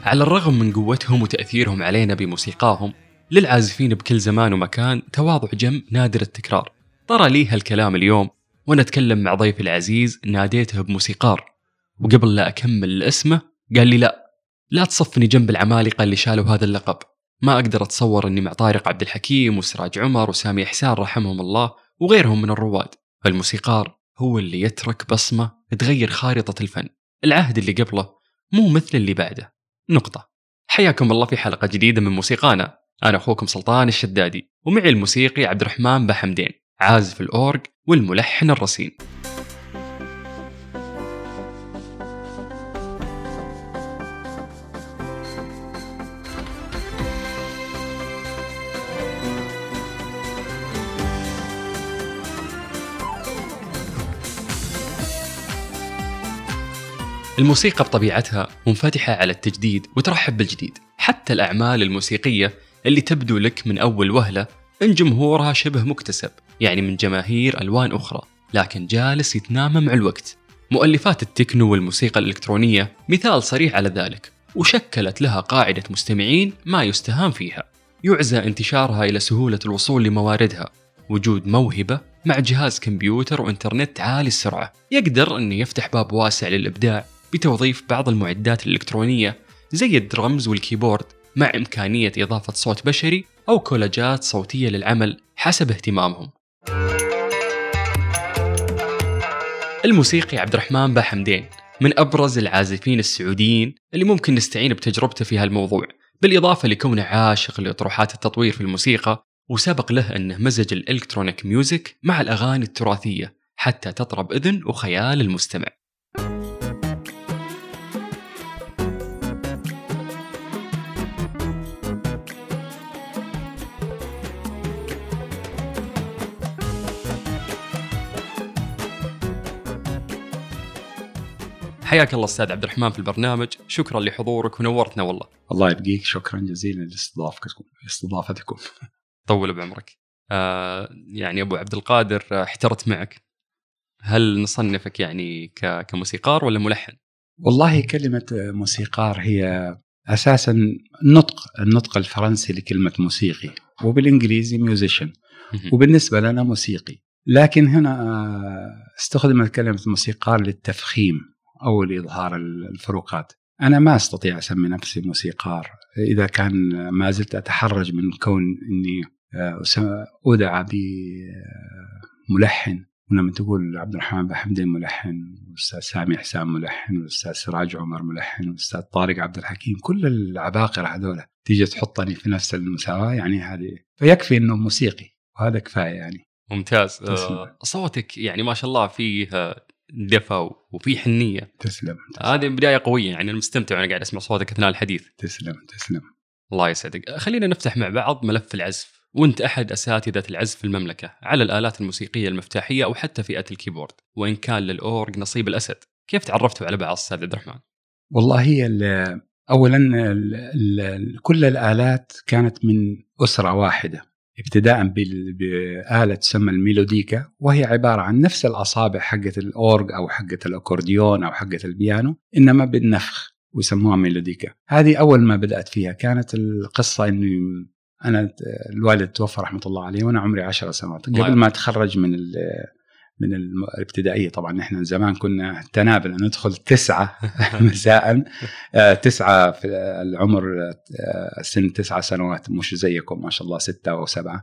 على الرغم من قوتهم وتأثيرهم علينا بموسيقاهم، للعازفين بكل زمان ومكان تواضع جم نادر التكرار. طرى لي هالكلام اليوم وأنا أتكلم مع ضيفي العزيز ناديته بموسيقار، وقبل لا أكمل اسمه قال لي لا تصفني جنب العمالقة اللي شالوا هذا اللقب. ما أقدر أتصور أني مع طارق عبد الحكيم وسراج عمر وسامي إحسان رحمهم الله وغيرهم من الرواد. فالموسيقار هو اللي يترك بصمة تغير خارطة الفن. العهد اللي قبله مو مثل اللي بعده. نقطة. حياكم الله في حلقة جديدة من موسيقانا. أنا أخوكم سلطان الشدادي، ومعي الموسيقي عبد الرحمن بحمدين، عازف الأورج والملحن الرصين. الموسيقى بطبيعتها منفتحة على التجديد وترحب بالجديد. حتى الأعمال الموسيقية اللي تبدو لك من أول وهلة إن جمهورها شبه مكتسب، يعني من جماهير ألوان أخرى، لكن جالس يتنامى مع الوقت. مؤلفات التكنو والموسيقى الإلكترونية مثال صريح على ذلك، وشكلت لها قاعدة مستمعين ما يستهان فيها. يعزى انتشارها إلى سهولة الوصول لمواردها، وجود موهبة مع جهاز كمبيوتر وإنترنت عالي السرعة يقدر أن يفتح باب واسع للإبداع بتوظيف بعض المعدات الإلكترونية زي الدرمز والكيبورد، مع إمكانية إضافة صوت بشري أو كولاجات صوتية للعمل حسب اهتمامهم. الموسيقي عبد الرحمن بحمدين من أبرز العازفين السعوديين اللي ممكن نستعين بتجربته في هالموضوع، بالإضافة لكونه عاشق لأطروحات التطوير في الموسيقى، وسبق له أنه مزج الإلكترونيك ميوزك مع الأغاني التراثية حتى تطرب إذن وخيال المستمع. حياك الله أستاذ عبد الرحمن في البرنامج. شكرا لحضورك ونورتنا والله. الله يبقيك، شكرا جزيلا لاستضافتكم. طول بعمرك. يعني أبو عبد القادر احترت معك. هل نصنفك يعني كموسيقار ولا ملحن؟ والله كلمة موسيقار هي أساسا النطق الفرنسي لكلمة موسيقي، وبالإنجليزي ميوزيشن، وبالنسبة لنا موسيقي. لكن هنا استخدمت كلمة موسيقار للتفخيم أو لإظهار الفروقات. أنا ما أستطيع أسمي نفسي موسيقار إذا كان ما زلت أتحرج من كون أني أدعى بملحن. ولما تقول عبد الرحمن بحمدين ملحن، والأستاذ سامي إحسان ملحن، والأستاذ سراج عمر ملحن، والأستاذ طارق عبد الحكيم، كل العباقرة هذول تيجي تحطني في نفس المساواة، يعني هذه فيكفي إنه موسيقي، وهذا كفاية يعني. ممتاز. صوتك يعني ما شاء الله فيه دفى وفي حنية. تسلم. هذه بداية قوية، يعني المستمتع وأنا قاعد أسمع صوتك أثناء الحديث. تسلم. الله يسعدك. خلينا نفتح مع بعض ملف العزف، وانت أحد أساتذة العزف في المملكة على الآلات الموسيقية المفتاحية أو حتى فئة الكيبورد، وإن كان للأورج نصيب الأسد. كيف تعرفتوا على بعض أستاذ عبد الرحمن؟ والله هي أولا كل الآلات كانت من أسرة واحدة، ابتداء بآلة تسمى الميلوديكا، وهي عبارة عن نفس الأصابع حقة الأورج أو حقة الأكورديون أو حقة البيانو، إنما بالنفخ، ويسموها ميلوديكا. هذه أول ما بدأت فيها. كانت القصة إنه أنا الوالد توفى رحمة الله عليه وأنا عمري 10 سنوات قبل ما أتخرج من الابتدائية. طبعا نحن زمان كنا تنابل ندخل 9 مساء، 9 في العمر، سن 9 سنوات، مش زيكم ما شاء الله 6 أو 7.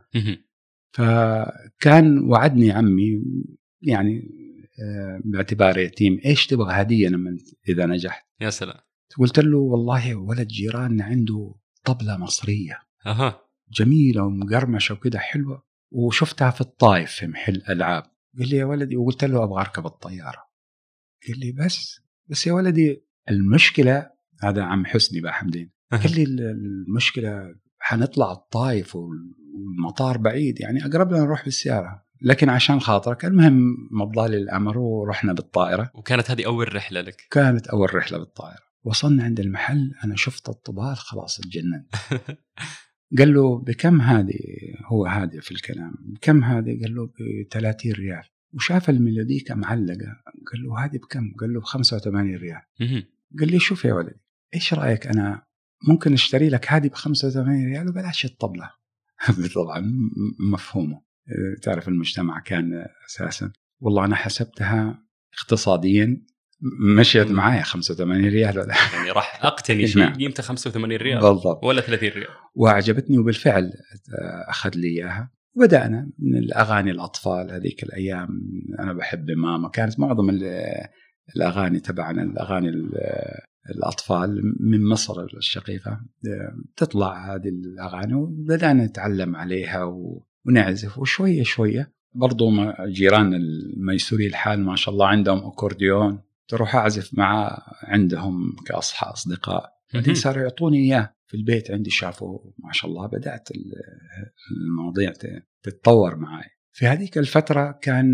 فكان وعدني عمي يعني باعتبار يتيم، إيش تبغى هدية إذا نجحت؟ يا سلام. قلت له والله ولد جيراننا عنده طبلة مصرية جميلة ومقرمشة وكده حلوة، وشفتها في الطائف في محل ألعاب. قال لي يا ولدي، وقلت له أبغى أركب الطيارة. قال لي بس يا ولدي المشكلة، هذا عم حسني بحمدين، قال لي المشكلة حنطلع الطائف والمطار بعيد، يعني أقرب لنا نروح بالسيارة، لكن عشان خاطرك. المهم مضالي الأمر ورحنا بالطائرة. وكانت هذه أول رحلة لك؟ كانت أول رحلة بالطائرة. وصلنا عند المحل، أنا شفت الطبال خلاص اتجننت. قال له بكم هذه؟ هو هادي في الكلام. بكم هذه؟ قال له ب30 ريال. وشاف الميلوديكا معلقة، قال له هذه بكم؟ قال له ب85 ريال. قال لي شوف يا ولدي، إيش رأيك أنا ممكن نشتري لك هذه ب85 ريال وبلاش الطبلة. طبعا مفهومه، تعرف المجتمع كان أساسا، والله أنا حسبتها اقتصاديا مشيت معايا 85 ريال ولا يعني راح أقتني شيء قيمته 85 ريال بالضبط ولا 30 ريال، وأعجبتني وبالفعل أخذ لي إياها. وبدأنا من الأغاني الأطفال هذيك الأيام، أنا بحب ماما، كانت معظم الأغاني تبعنا الأغاني الأطفال من مصر الشقيقة تطلع هذه الأغاني، وبدأنا نتعلم عليها ونعزف، وشوية شوية برضو جيران الميسوري الحال ما شاء الله عندهم أكورديون، تروح أعزف مع عندهم كأصدقاء، بعدين صاروا يعطوني إياه في البيت عندي، شافوا ما شاء الله بدأت المواضيع تتطور معي. في هذيك الفترة كان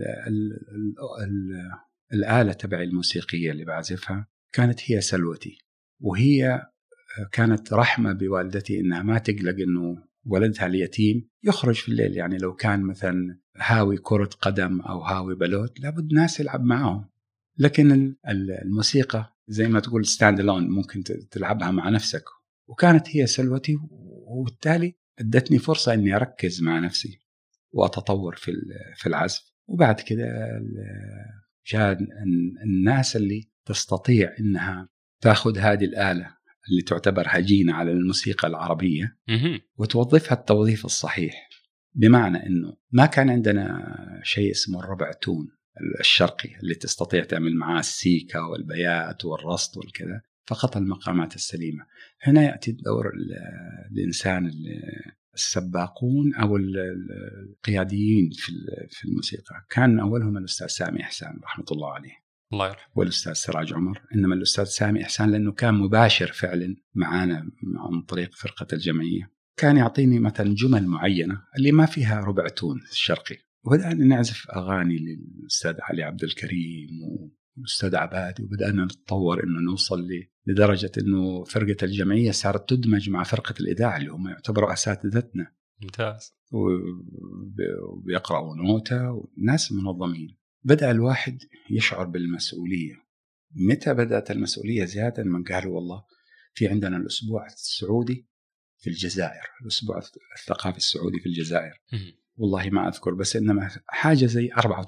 الآلة تبعي الموسيقية اللي بعزفها كانت هي سلوتي، وهي كانت رحمة بوالدتي إنها ما تقلق إنه ولدها اليتيم يخرج في الليل، يعني لو كان مثلا هاوي كرة قدم أو هاوي بلوت لابد ناس يلعب معهم، لكن الموسيقى زي ما تقول ستاند الون، ممكن تلعبها مع نفسك، وكانت هي سلوتي، وبالتالي ادتني فرصة إني أركز مع نفسي وأتطور في العزف. وبعد كده جاء الناس اللي تستطيع إنها تأخذ هذه الآلة اللي تعتبر هجينة على الموسيقى العربية وتوظفها التوظيف الصحيح، بمعنى إنه ما كان عندنا شيء اسمه الربع تون الشرقي اللي تستطيع تعمل معاه السيكا والبيات والرصد والكذا، فقط المقامات السليمة. هنا يأتي دور الإنسان السباقون أو القياديين في الموسيقى. كان أولهم الأستاذ سامي إحسان رحمة الله عليه، الله يرحمه، والأستاذ سراج عمر. إنما الأستاذ سامي إحسان لأنه كان مباشر فعلا معنا عن طريق فرقة الجمعية، كان يعطيني مثلا جمل معينة اللي ما فيها ربع تون الشرقي، وبدأنا نعزف أغاني للأستاذ علي عبد الكريم والأستاذ عبادي، وبدأنا نتطور إنه نوصل لدرجة إنه فرقة الجمعية صارت تدمج مع فرقة الإذاعة اللي هم يعتبروا أساتذتنا. ممتاز. وبيقرأوا نوتة وناس منظمين. بدأ الواحد يشعر بالمسؤولية. متى بدأت المسؤولية زيادة؟ من قالوا والله في عندنا الأسبوع السعودي في الجزائر، الأسبوع الثقافي السعودي في الجزائر، والله ما أذكر، بس إنما حاجة زي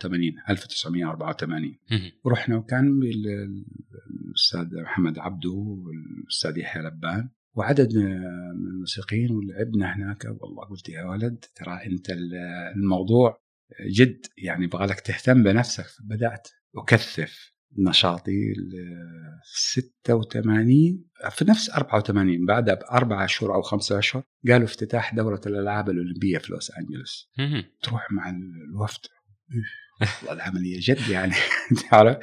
1984 ورحنا، وكان الأستاذ محمد عبدو والأستاذ يحيى لبان وعدد من الموسيقيين، ولعبنا هناك. والله قلت يا ولد ترى أنت الموضوع جد، يعني بغالك تهتم بنفسك. بدأت أكثف نشاطي 86 في نفس 84 بعدها ب4 أشهر أو 5 أشهر قالوا افتتاح دورة الألعاب الأولمبية في لوس أنجلوس. تروح مع الوفد، والله العملية جد يعني تعرف.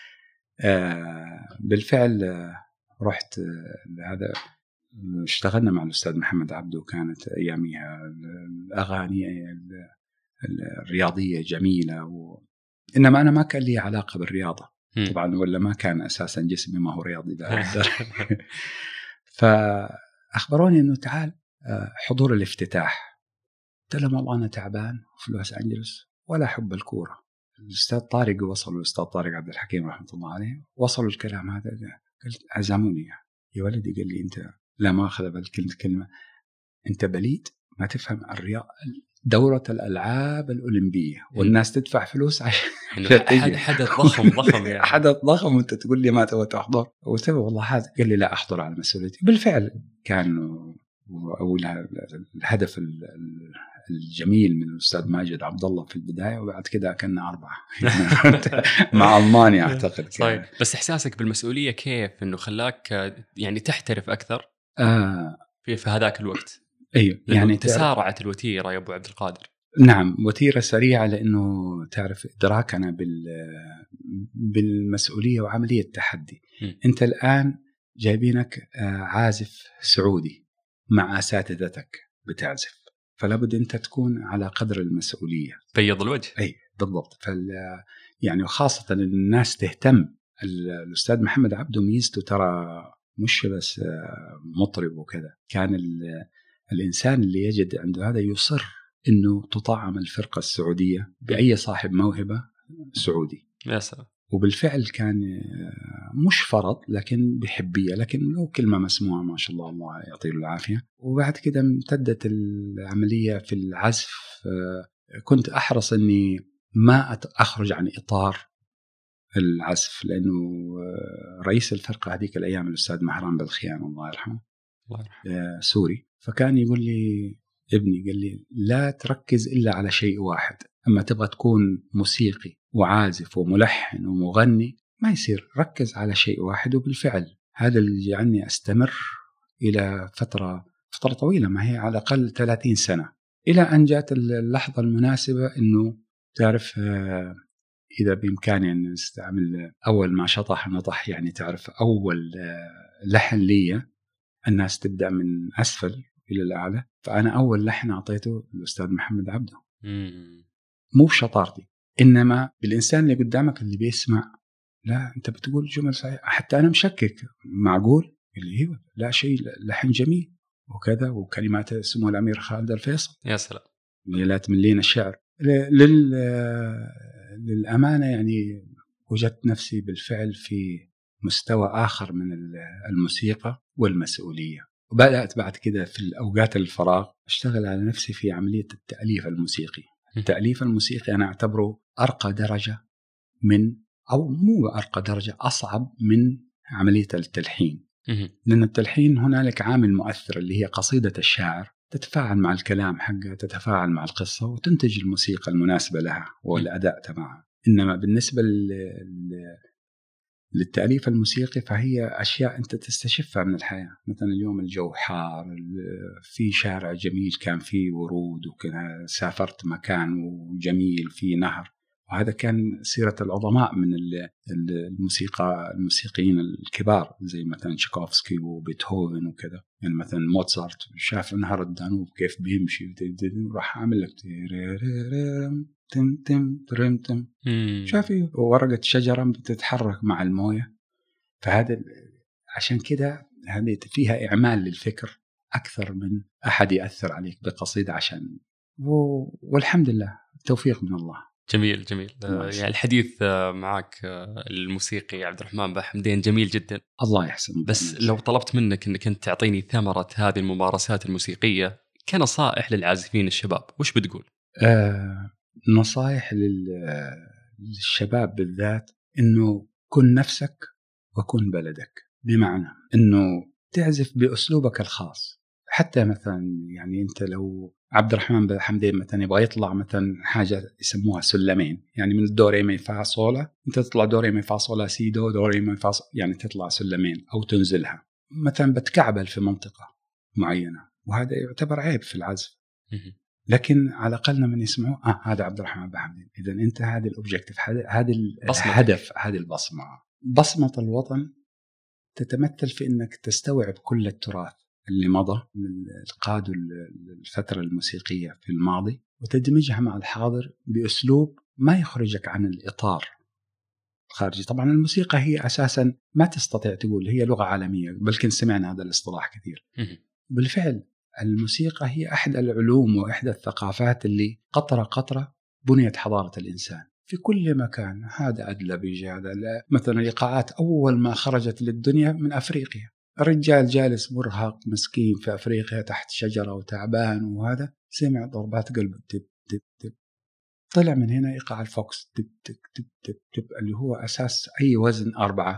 بالفعل رحت هذا، اشتغلنا مع الأستاذ محمد عبدو، كانت أيامها الأغاني الرياضية جميلة إنما أنا ما كان لي علاقة بالرياضة طبعا، ولا ما كان أساسا جسمي ما هو رياضي فأخبروني إنه تعال حضور الافتتاح. قلت لهم والله أنا تعبان في لوس أنجلوس ولا حب الكورة. الأستاذ طارق وصل، الأستاذ طارق عبد الحكيم رحمة الله عليه، وصلوا الكلام هذا. قلت عزموني يا ولدي، قال لي أنت لا ما أخذ بالكلمة، أنت بليد ما تفهم الرياضة، دورة الألعاب الأولمبية والناس تدفع فلوس عشان حدث ضخم يعني. حدث ضخم وأنت تقول لي ما تبغى تحضر. قلت له والله هذا، قال لي لا أحضر على مسؤوليتي. بالفعل كان أول الهدف الجميل من الأستاذ ماجد عبد الله في البداية، وبعد كده كنا 4 مع ألمانيا أعتقد. صحيح. بس إحساسك بالمسؤولية كيف إنه خلاك يعني تحترف أكثر في هذاك الوقت؟ أيوه، يعني تسارعت الوتيرة يا أبو عبد القادر. نعم، وتيرة سريعة، لأنه تعرف إدراكنا بالمسؤولية وعملية تحدي. أنت الآن جايبينك عازف سعودي مع أساتذتك بتعزف، فلا بد أنت تكون على قدر المسؤولية، بيض الوجه. أي بالضبط. يعني خاصة الناس تهتم. الأستاذ محمد عبدو ميزته ترى مش بس مطرب وكذا، كان الإنسان اللي يجد عنده هذا يصر إنه تطعم الفرقة السعودية بأي صاحب موهبة سعودي. يا سلام. وبالفعل كان مش فرض لكن بحبية، لكن له كلمة مسموعة ما شاء الله، الله يعطيه العافية. وبعد كده امتدت العملية في العزف. كنت أحرص أني ما أخرج عن إطار العزف، لأنه رئيس الفرقة هذيك الأيام الأستاذ مهران بالخيان الله يرحمه سوري، فكان يقول لي ابني، قال لي لا تركز إلا على شيء واحد، أما تبغى تكون موسيقي وعازف وملحن ومغني ما يصير، ركز على شيء واحد. وبالفعل هذا اللي جعلني أستمر إلى فترة طويلة، ما هي على الأقل 30 سنة، إلى أن جاءت اللحظة المناسبة أنه تعرف إذا بإمكاني أن استعمل أول ما شطح نطح، يعني تعرف أول لحن لي الناس تبدأ من أسفل إلى الأعلى، فأنا أول لحن أعطيته الأستاذ محمد عبده. مو بشطارتي، إنما بالإنسان اللي قدامك اللي بيسمع، لا أنت بتقول جمل صحيحة، حتى أنا مشكك، معقول اللي هو لا شيء، لحن جميل وكذا، وكلمات اسمه الأمير خالد الفيصل، يا سلام، ليلات من لين الشعر. للأمانة يعني وجدت نفسي بالفعل في مستوى آخر من الموسيقى والمسؤولية. وبدأت بعد كده في الأوقات الفراغ أشتغل على نفسي في عملية التأليف الموسيقي. التأليف الموسيقي أنا أعتبره أرقى درجة من، أو مو أرقى درجة، أصعب من عملية التلحين. لأن التلحين هنالك عامل مؤثر اللي هي قصيدة الشاعر، تتفاعل مع الكلام حقه، تتفاعل مع القصة، وتنتج الموسيقى المناسبة لها والأداء تبعها. إنما بالنسبة للتأليف الموسيقي فهي أشياء أنت تستشفها من الحياة. مثلا اليوم الجو حار، في شارع جميل كان فيه ورود وكذا، سافرت مكان وجميل فيه نهر، وهذا كان سيرة العظماء من الموسيقيين الكبار زي مثلا تشايكوفسكي وبيتهوفن وكذا. يعني مثلا موتسارت شاف نهر الدانوب كيف بيمشي، راح عامل لك تم تم ترم تم، شافي ورقة شجرة بتتحرك مع الموية. فهذا عشان كده هذه فيها إعمال للفكر أكثر من أحد يأثر عليك بقصيدة، عشان والحمد لله توفيق من الله. جميل جميل. يعني الحديث معك الموسيقي عبد الرحمن بحمدين جميل جدا، الله يحسن. بس لو طلبت منك أنك أنت تعطيني ثمرة هذه الممارسات الموسيقية كنصائح للعازفين الشباب، وش بتقول؟ نصائح للشباب بالذات إنه كن نفسك وكن بلدك، بمعنى إنه تعزف بأسلوبك الخاص. حتى مثلا يعني أنت لو عبد الرحمن بحمدين مثلا يبغى يطلع مثلا حاجة يسموها سلمين، يعني من الدو ري مي فا صولا أنت تطلع دو ري مي فا صولا سي دو ري مي فا، يعني تطلع سلمين أو تنزلها. مثلا بتكعبل في منطقة معينة، وهذا يعتبر عيب في العزف، لكن على الأقل من يسمعوا هذا عبد الرحمن بحمدين. إذا أنت هذا الأوبجيكتيف، هذا الهدف، هذه البصمة. بصمة الوطن تتمثل في أنك تستوعب كل التراث اللي مضى من القادة الفترة الموسيقية في الماضي، وتدمجها مع الحاضر بأسلوب ما يخرجك عن الإطار الخارجي. طبعا الموسيقى هي أساسا ما تستطيع تقول هي لغة عالمية، بل سمعنا هذا الاصطلاح كثير. بالفعل الموسيقى هي أحد العلوم وإحدى الثقافات اللي قطرة قطرة بنيت حضارة الإنسان في كل مكان. هذا أدلبي، هذا مثلا الإيقاعات أول ما خرجت للدنيا من أفريقيا، الرجال جالس مرهق مسكين في أفريقيا تحت شجرة وتعبان، وهذا سمع ضربات قلب تب تب تب، طلع من هنا إيقاع الفوكس تب تب تب تب تب، اللي هو أساس أي وزن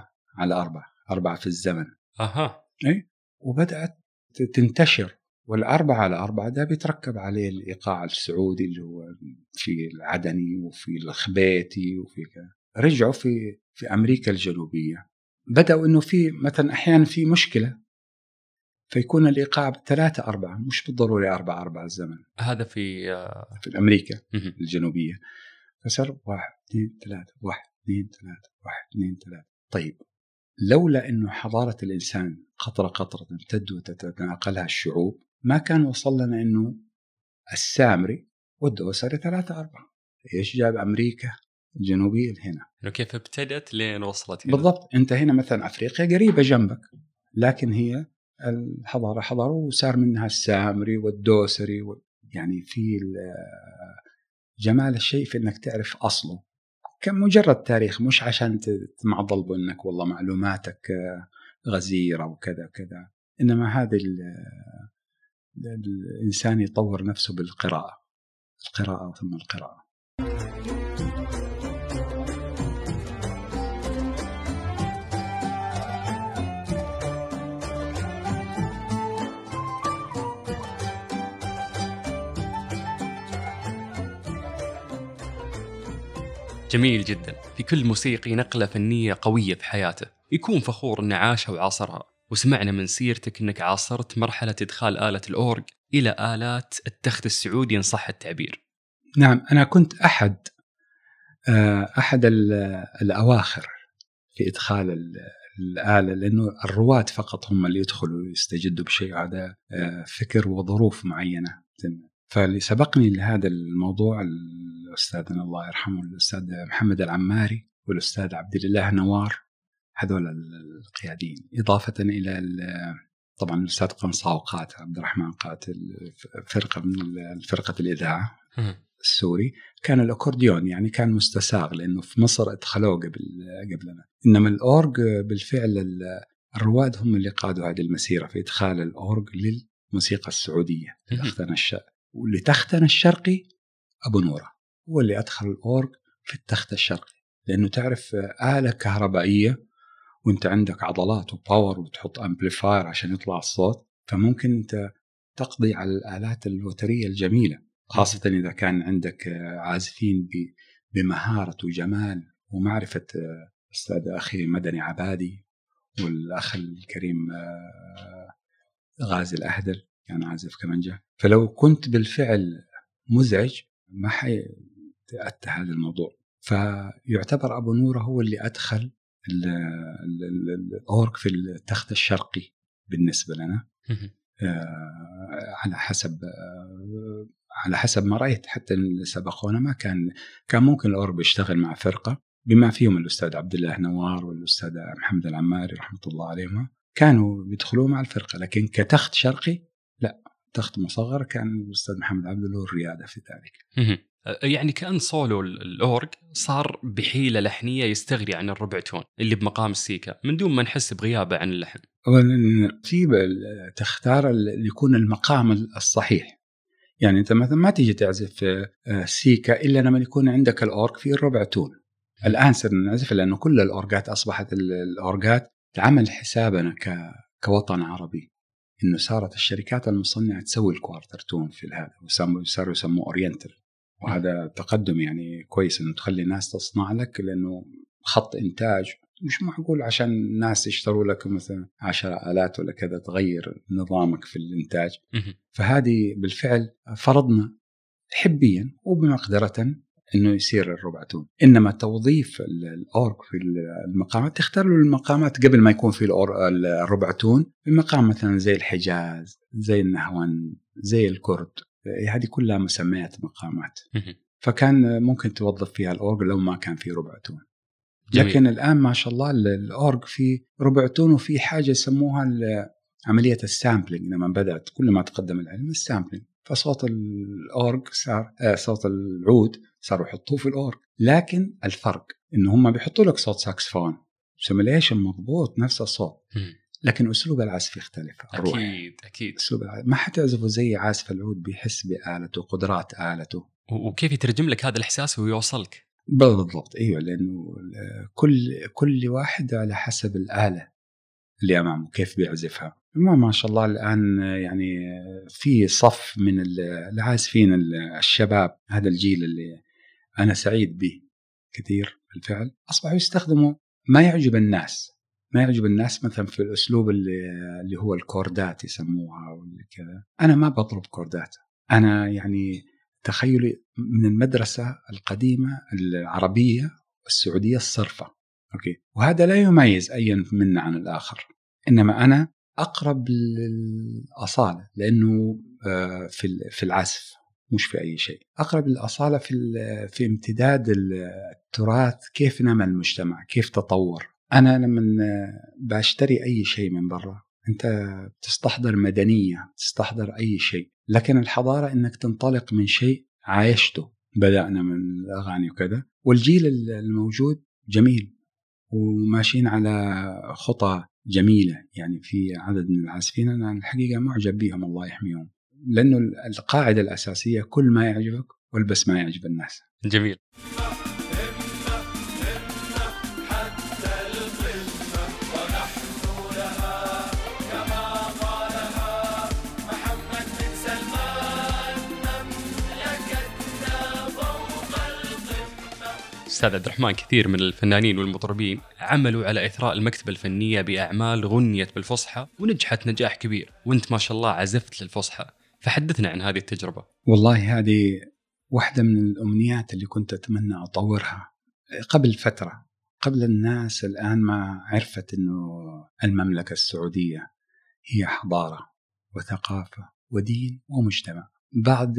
4x4 في الزمن. أي، وبدأت تنتشر، وال4x4 ده بيتركب عليه الإيقاع السعودي اللي هو في العدني وفي الخبيتي وفي كذا. رجعوا في أمريكا الجنوبية بدأوا إنه في مثلا أحيانا في مشكلة فيكون الإيقاع 3x4، مش بالضروري 4x4 الزمن. هذا في أمريكا الجنوبية، فصار 1 2 3 1 2 3 1 2 3. طيب لولا إنه حضارة الإنسان قطرة قطرة تمتد وتتناقلها الشعوب، ما كان وصل لنا إنه السامري والدوسري 3x4. إيش جاب أمريكا الجنوبية هنا؟ إنه كيف ابتدت لين وصلت هنا؟ بالضبط. أنت هنا مثلا أفريقيا قريبة جنبك، لكن هي الحضارة حضارة وصار منها السامري والدوسري يعني في جمال الشيء في إنك تعرف أصله كان مجرد تاريخ، مش عشان تمعضل بأنك والله معلوماتك غزيرة وكذا كذا، إنما هذا الإنسان يطور نفسه بالقراءة، القراءة ثم القراءة. جميل جدا. في كل موسيقي نقلة فنية قوية في حياته يكون فخور إنه عاشها وعاصرها، وسمعنا من سيرتك إنك عاصرت مرحلة إدخال آلة الأورج إلى آلات التخت السعودي إن صح التعبير. نعم، أنا كنت أحد الأواخر في إدخال الآلة، لأنه الرواد فقط هم اللي يدخلوا يستجدوا بشيء، هذا فكر وظروف معينة. فاللي سبقني لهذا الموضوع الأستاذنا الله يرحمه الأستاذ محمد العماري والأستاذ عبد الله نوار، هذول القيادين، إضافة إلى طبعا الأستاذ قنصاو قاتل، عبد الرحمن قاتل، فرقة من فرقة الإذاعة السوري. كان الأكورديون يعني كان مستساغ، لأنه في مصر ادخلوه قبلنا، إنما الأورج بالفعل الرواد هم اللي قادوا هذه المسيرة في إدخال الأورج للموسيقى السعودية ولتختنا الشرقي. أبو نورة هو اللي أدخل الأورج في التخت الشرقي، لأنه تعرف آلة كهربائية وانت عندك عضلات وباور وتحط أمبليفاير عشان يطلع الصوت، فممكن انت تقضي على الآلات الوترية الجميلة، خاصة إذا كان عندك عازفين بمهارة وجمال ومعرفة. أستاذ أخي مدني عبادي والأخ الكريم غازي الأهدل كان عازف كمانجة، فلو كنت بالفعل مزعج ما حيتأتى هذا الموضوع. فيعتبر أبو نورة هو اللي أدخل الأورك في التخت الشرقي بالنسبة لنا، على حسب ما رأيت. حتى اللي سبقونا ما كان ممكن الأورك يشتغل مع فرقة، بما فيهم الأستاذ عبد الله نوار والأستاذ محمد العماري رحمة الله عليهم، كانوا بيدخلوا مع الفرقة. لكن كتخت شرقي لا، تخت مصغر كان الأستاذ محمد عبد الله الريادة في ذلك. يعني كأن صولو الأورج صار بحيلة لحنية يستغني عن الربعتون اللي بمقام السيكا من دون ما نحس بغيابه عن اللحن. تختار اللي يكون المقام الصحيح. يعني أنت مثلا ما تيجي تعزف سيكا إلا لما يكون عندك الأورج في الربعتون. الآن صرنا نعزف لأنه كل الأورجات أصبحت الأورجات تعمل حسابنا كوطن عربي، إنه صارت الشركات المصنعة تسوي الكوارتر تون في هذا، وصاروا يسموه أورينتال، وهذا تقدم يعني كويس إنه تخلي الناس تصنع لك، لأنه خط إنتاج مش معقول عشان الناس يشتروا لك مثلا 10 آلات ولا كذا تغير نظامك في الإنتاج. فهذه بالفعل فرضنا حبيا وبمقدرة إنه يصير الربعتون. إنما توظيف الأورج في المقامات تختار له المقامات قبل ما يكون في الربعتون، المقام مثلا زي الحجاز، زي النهوان، زي الكرد، هذه كلها مسميات مقامات. فكان ممكن توظف فيها الأورج لو ما كان في ربعتون. لكن الآن ما شاء الله الأورج في ربعتون، وفي حاجة يسموها عملية السامبلينج. لما بدأت كل ما تقدم العلم السامبلينج، فصوت الأورج صار صوت العود صاروا يحطوه في الأورج، لكن الفرق إنه هم بيحطوا لك صوت ساكسفون سيميليشن مضبوط نفس الصوت، لكن أسلوب العزف يختلف. أكيد أسلوب العزف ما حتعزفه زي عازف العود، بيحس بآلته قدرات آلته، وكيف يترجم لك هذا الإحساس ويوصلك بالضبط. أيوة، لأنه كل واحد على حسب الآلة اللي أمامه كيف بيعزفها. ما شاء الله الآن يعني في صف من العازفين الشباب، هذا الجيل اللي أنا سعيد به كثير بالفعل، أصبحوا يستخدموا ما يعجب الناس مثلا في الأسلوب اللي هو الكوردات يسموها ولا كذا. أنا ما بطلب كوردات، أنا يعني تخيلي من المدرسة القديمة العربية السعودية الصرفة، أوكي، وهذا لا يميز أي منا عن الآخر، إنما أنا أقرب للأصالة، لأنه في العزف مش في أي شيء، أقرب للأصالة في امتداد التراث، كيف نمى المجتمع، كيف تطور. أنا لما بشتري أي شيء من برا، أنت تستحضر مدنية، تستحضر أي شيء، لكن الحضارة إنك تنطلق من شيء عايشته، بدأنا من الأغاني وكذا، والجيل الموجود جميل وماشيين على خطى جميلة. يعني في عدد من العازفين أنا الحقيقة معجب بيهم الله يحميهم، لأنه القاعدة الأساسية كل ما يعجبك والبس ما يعجب الناس. جميل. أستاذ عبد الرحمن، كثير من الفنانين والمطربين عملوا على إثراء المكتبة الفنية بأعمال غنيت بالفصحى ونجحت نجاح كبير، وأنت ما شاء الله عزفت للفصحى، فحدثنا عن هذه التجربة. والله هذه واحدة من الأمنيات اللي كنت أتمنى أطورها قبل فترة، قبل الناس الآن ما عرفت أنه المملكة السعودية هي حضارة وثقافة ودين ومجتمع. بعد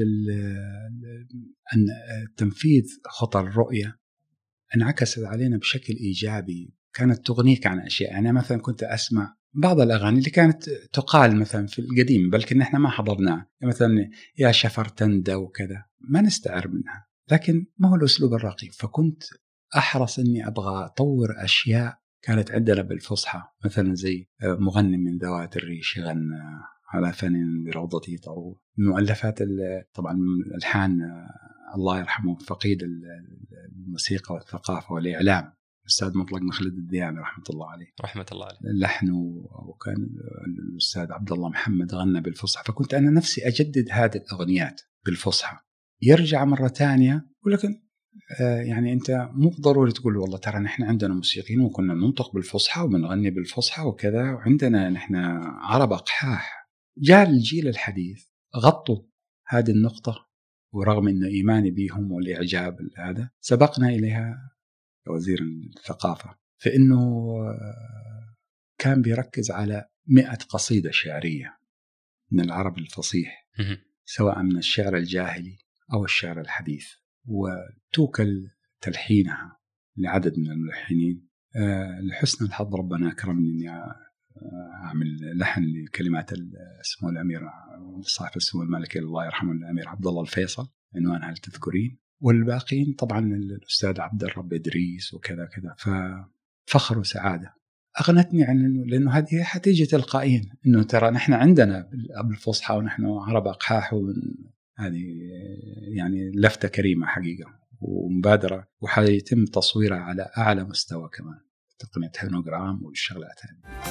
تنفيذ خطى الرؤية انعكست علينا بشكل إيجابي، كانت تغنيك عن أشياء. أنا مثلا كنت أسمع بعض الأغاني اللي كانت تقال مثلا في القديم بل إحنا ما حضرناها، مثلا يا شفرتندة وكذا، ما نستعر منها، لكن ما هو الأسلوب الراقي. فكنت أحرص أني أبغى أطور أشياء كانت عندنا بالفصحى، مثلا زي مغني من ذوات الريش غنى على فن بروضتي طروب، مؤلفات طبعا الحان الله يرحمه فقيد الموسيقى والثقافة والإعلام الأستاذ مطلق مخلد الدياني رحمة الله عليه، رحمة الله عليه، اللحن، وكان الأستاذ عبد الله محمد غنى بالفصحى. فكنت أنا نفسي أجدد هذه الأغنيات بالفصحى. يرجع مرة تانية ولكن يعني أنت مو ضروري تقول والله ترى نحن عندنا موسيقيين وكنا ننطق بالفصحى وبنغني بالفصحى وكذا، وعندنا نحن عرب أقحاح. جاء الجيل الحديث غطوا هذه النقطة، ورغم أنه إيماني بهم والإعجاب هذا سبقنا إليها وزير الثقافة، فإنه كان بيركز على 100 قصيدة شعرية من العرب الفصيح، سواء من الشعر الجاهلي أو الشعر الحديث، وتوكل تلحينها لعدد من الملحنين. لحسن الحظ ربنا أكرمني أني أعمل لحن لكلمات اسمه الأمير صاحب السمو الملكي الله يرحمه الأمير عبد الله الفيصل، عنوان هل تذكرين، والباقين طبعا الأستاذ عبد الرب إدريس وكذا كذا. ففخر وسعادة أغنتني عنه، لأنه هذه حتيجي تلقائيا أنه ترى نحن عندنا بالفصحى ونحن عرب أقحاح، هذه يعني لفتة كريمة حقيقة ومبادرة، وحيتم تصويرها على أعلى مستوى كمان، تقنية هونوغرام والشغلات هذه.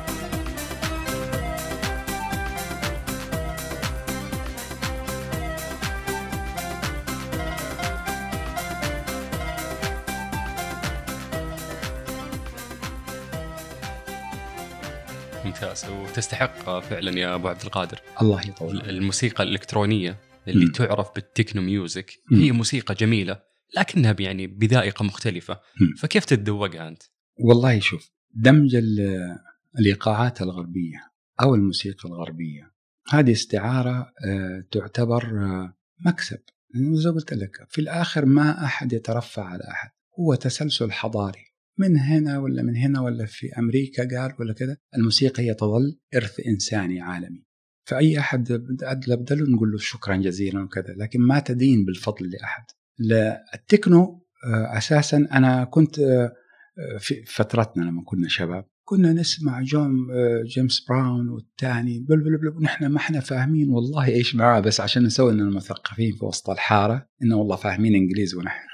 ممتاز، وتستحق فعلا يا أبو عبد القادر. الله يطول. الموسيقى الإلكترونية اللي تعرف بالتكنو ميوزك هي موسيقى جميلة لكنها يعني بذائقة مختلفة، فكيف تتذوقها أنت؟ والله شوف، دمج الإيقاعات الغربية أو الموسيقى الغربية هذه استعارة تعتبر مكسب. زي قلت لك في الآخر ما أحد يترفع على أحد، هو تسلسل حضاري من هنا ولا من هنا ولا في أمريكا قال ولا كذا. الموسيقى هي تظل إرث إنساني عالمي، فأي أحد أدلبدله نقول له شكرا جزيلا وكذا، لكن ما تدين بالفضل لأحد. التكنو أساسا أنا كنت في فترتنا لما كنا شباب كنا نسمع جيمس براون والتاني ونحن ما احنا فاهمين والله ايش معاه، بس عشان نسوي اننا مثقفين في وسط الحارة انه والله فاهمين انجليزي ونحن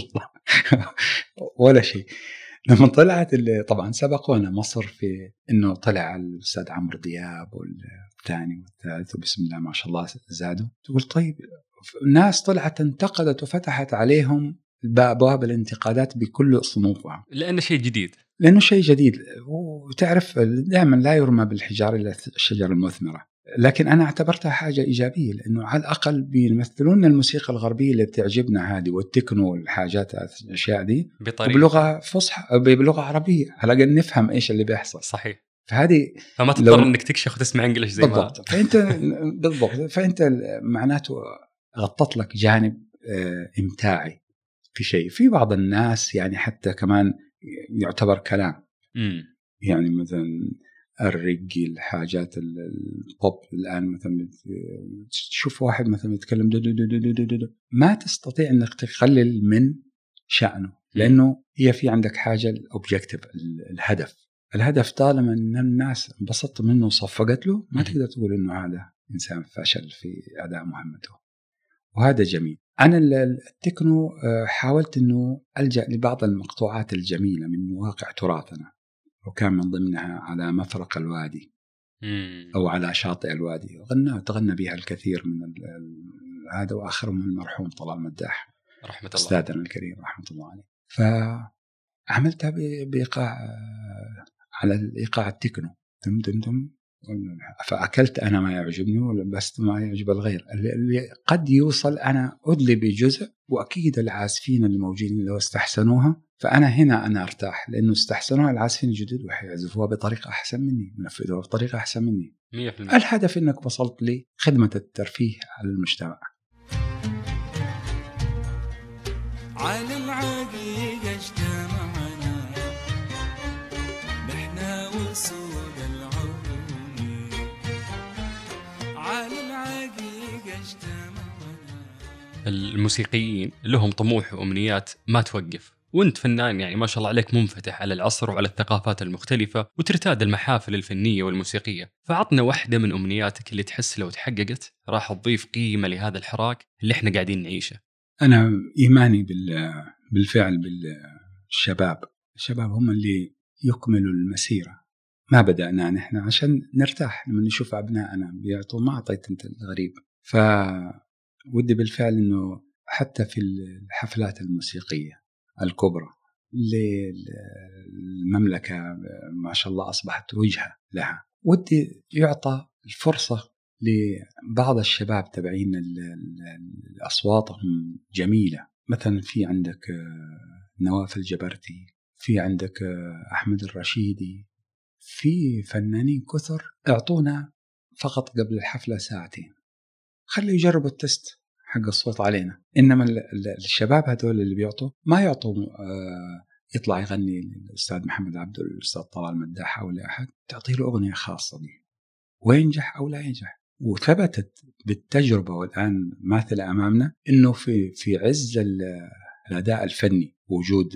ولا شيء. لما طلعت اللي طبعا سبقونا مصر في انه طلع الاستاذ عمرو دياب والثاني والثالث وبسم الله ما شاء الله زادوا، تقول طيب الناس طلعت انتقدت وفتحت عليهم باب الانتقادات بكل صنوفها، لأنه شيء جديد، لأنه شيء جديد. وتعرف دائما لا يرمى بالحجار إلا الشجر المثمرة، لكن أنا اعتبرتها حاجة إيجابية، لأنه على الأقل بيمثلون الموسيقى الغربية اللي بتعجبنا هذه والتكنو والحاجات الأشياء دي بلغة فصحى بلغة عربية على الأقل نفهم إيش اللي بيحصل. صحيح. فهذه فما تضطر إنك تكشخ وتسمع إنجليش زي بالضبط. ما فأنت بالضبط، فأنت معناته غطت لك جانب إمتاعي في شيء. في بعض الناس يعني حتى كمان يعتبر كلام، يعني مثلا الرقي، الحاجات البوب الآن مثلا تشوف واحد مثلا يتكلم دو دو دو دو دو دو دو. ما تستطيع أنك تقلل من شأنه، لأنه هي في عندك حاجة الأوبجكتيف، الهدف طالما أن الناس انبسطت منه وصفقت له، ما تقدر تقول أنه هذا إنسان فشل في أداء مهمته، وهذا جميل. أنا التكنو حاولت أنه ألجأ لبعض المقطوعات الجميلة من مواقع تراثنا، وكان من ضمنها على مفرق الوادي أو على شاطئ الوادي، تغنى بها الكثير من هذا، وآخرهم المرحوم طلال مداح رحمة الله، أستاذنا الكريم رحمة الله عليه. فعملتها بإيقاع على الإيقاع التكنو، دم دم دم، فأكلت أنا ما يعجبني ولبست ما يعجب الغير، اللي قد يوصل أنا أدلي بجزء، وأكيد العازفين الموجودين لو استحسنوها فأنا هنا أنا أرتاح، لأنه استحسنوها العازفين الجدد وحيعزفوها بطريقة أحسن مني، ونفذوها بطريقة أحسن مني 100%. الهدف أنك وصلت لخدمة الترفيه على المجتمع. على العقيقة اجتمعنا نحنا وسود العروني، على العقيقة اجتمعنا. الموسيقيين لهم طموح وأمنيات ما توقف، وانت فنان يعني ما شاء الله عليك منفتح على العصر وعلى الثقافات المختلفة، وترتاد المحافل الفنية والموسيقية. فعطنا واحدة من أمنياتك اللي تحس لو تحققت راح تضيف قيمة لهذا الحراك اللي احنا قاعدين نعيشه. أنا إيماني بالفعل بالشباب، الشباب هم اللي يكملوا المسيرة، ما بدأنا نحن عشان نرتاح لما نشوف أبنائنا بيعطوا، ما أعطيت أنت الغريب. فودي بالفعل أنه حتى في الحفلات الموسيقية الكبرى للمملكة ما شاء الله أصبحت وجهة لها، ودي يعطى الفرصة لبعض الشباب تبعين أصواتهم جميلة. مثلا في عندك نواف الجبرتي، في عندك أحمد الرشيدي، في فنانين كثر اعطونا فقط قبل الحفلة ساعتين، خلي يجربوا التست حق الصوت علينا. إنما الشباب هذول اللي بيعطوا ما يعطوا يطلع يغني الأستاذ محمد عبده الأستاذ طلال مداح أو لأحد، تعطيه له أغنية خاصة به وينجح أو لا ينجح. وثبتت بالتجربة والآن ماثلة أمامنا إنه في عز الأداء الفني وجود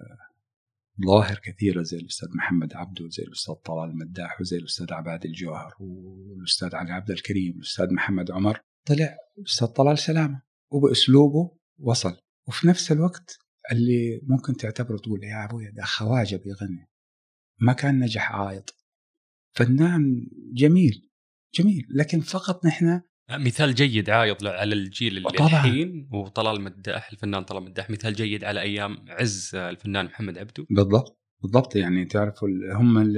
ظواهر كثيرة زي الأستاذ محمد عبده وزي الأستاذ طلال مداح وزي الأستاذ عباد الجوهر والأستاذ علي عبد الكريم والأستاذ محمد عمر، طلع الأستاذ طلال سلامة وبأسلوبه وصل. وفي نفس الوقت اللي ممكن تعتبره تقول يا أبويا ده خواجة بيغني، ما كان نجح عايط، فنان جميل، لكن فقط نحن مثال جيد عايض على الجيل اللي الحين. وطلال مداح، الفنان طلال مداح مثال جيد على أيام عز الفنان محمد عبده. بالضبط يعني تعرفوا هم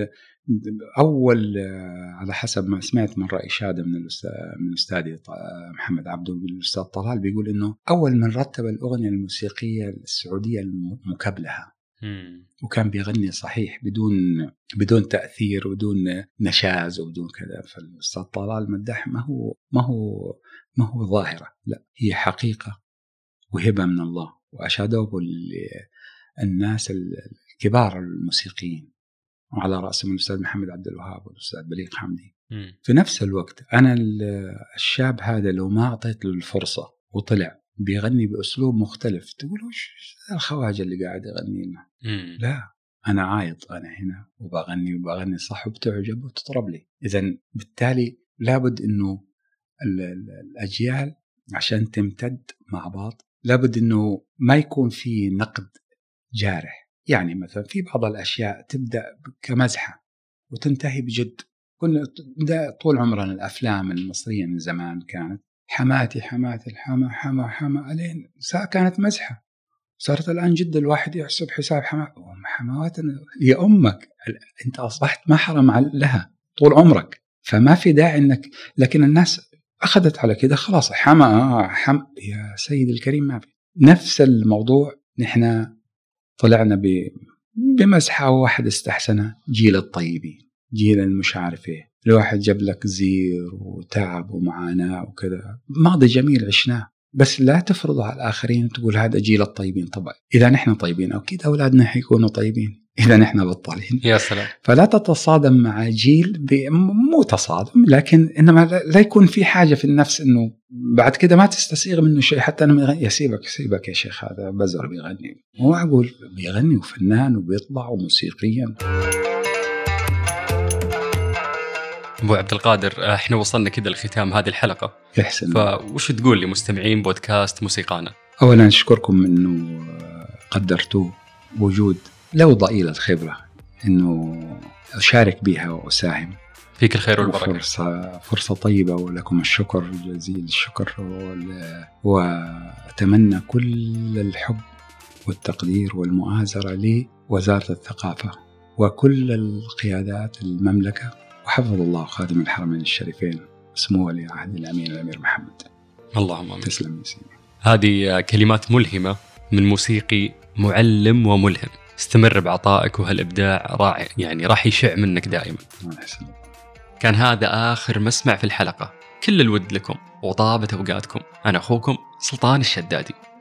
أول على حسب ما سمعت من رأي شادة من أستاذي محمد عبده بالأستاذ طلال، بيقول إنه أول من رتب الأغنية الموسيقية السعودية المكبلها، وكان بيغني صحيح بدون تأثير وبدون نشاز وبدون كذا. فالأستاذ طلال مداح ما هو ظاهرة، لا هي حقيقة وهبة من الله، وأشهده الناس الكبار الموسيقيين، وعلى رأسهم الأستاذ محمد عبد الوهاب والأستاذ بليغ حمدي. في نفس الوقت أنا الشاب هذا لو ما أعطيت له الفرصة وطلع بيغني بأسلوب مختلف، تقول وش الخواجة اللي قاعد يغني لنا؟ لا، أنا عايط، أنا هنا وبغني صح وبتعجب وتطرب لي. إذن بالتالي لابد إنه الأجيال عشان تمتد مع بعض لابد إنه ما يكون في نقد جارح. يعني مثلا في بعض الأشياء تبدأ كمزحة وتنتهي بجد. كنا طول عمرنا الأفلام المصرية من زمان كانت حماتي الحما حما ألين كانت مزحة، صارت الآن جد الواحد يحسب حساب حمواتنا يا أمك، أنت أصبحت محرم لها طول عمرك، فما في داعي إنك. لكن الناس أخذت على كده خلاص، حما يا سيد الكريم. ما في نفس الموضوع. نحن طلعنا بمزحة واحد استحسنها، جيل الطيبين، جيل المش عارف ايه، الواحد جاب لك زير وتعب ومعاناة وكذا، ماضي جميل عشناه، بس لا تفرضوا على الآخرين وتقول هذا جيل الطيبين. طبعا إذا نحن طيبين أكيد أولادنا حيكونوا طيبين إذا نحن بطالين. يا سلام. فلا تتصادم مع جيل مو تصادم، لكن إنما لا يكون في حاجة في النفس إنه بعد كده ما تستسيغ منه شيء. حتى أنا يسيبك يا شيخ، هذا بزر بيغني، مو أقول بيغني وفنان وبيطلع وموسيقيا. أبو عبد القادر، احنا وصلنا كده لختام هذه الحلقة. يحسن. فوش تقول لمستمعين بودكاست موسيقانا؟ أولا أشكركم إنه قدرتوا وجود لو ضئيل الخبرة إنه أشارك بها وأساهم. فيك الخير والبركة. فرصة طيبة، ولكم الشكر جزيل الشكر، وأتمنى كل الحب والتقدير والمؤازرة لوزارة الثقافة وكل القيادات المملكة، وحفظ الله خادم الحرمين الشريفين سمو ولي عهد الأمير محمد. اللهم آمين. تسلم يا سيدي. هذه كلمات ملهمة من موسيقي معلم وملهم. استمر بعطائك وهالإبداع رائع، يعني راح يشع منك دائما. كان هذا آخر مسمع في الحلقة. كل الود لكم وطابت أوقاتكم. أنا أخوكم سلطان الشدادي.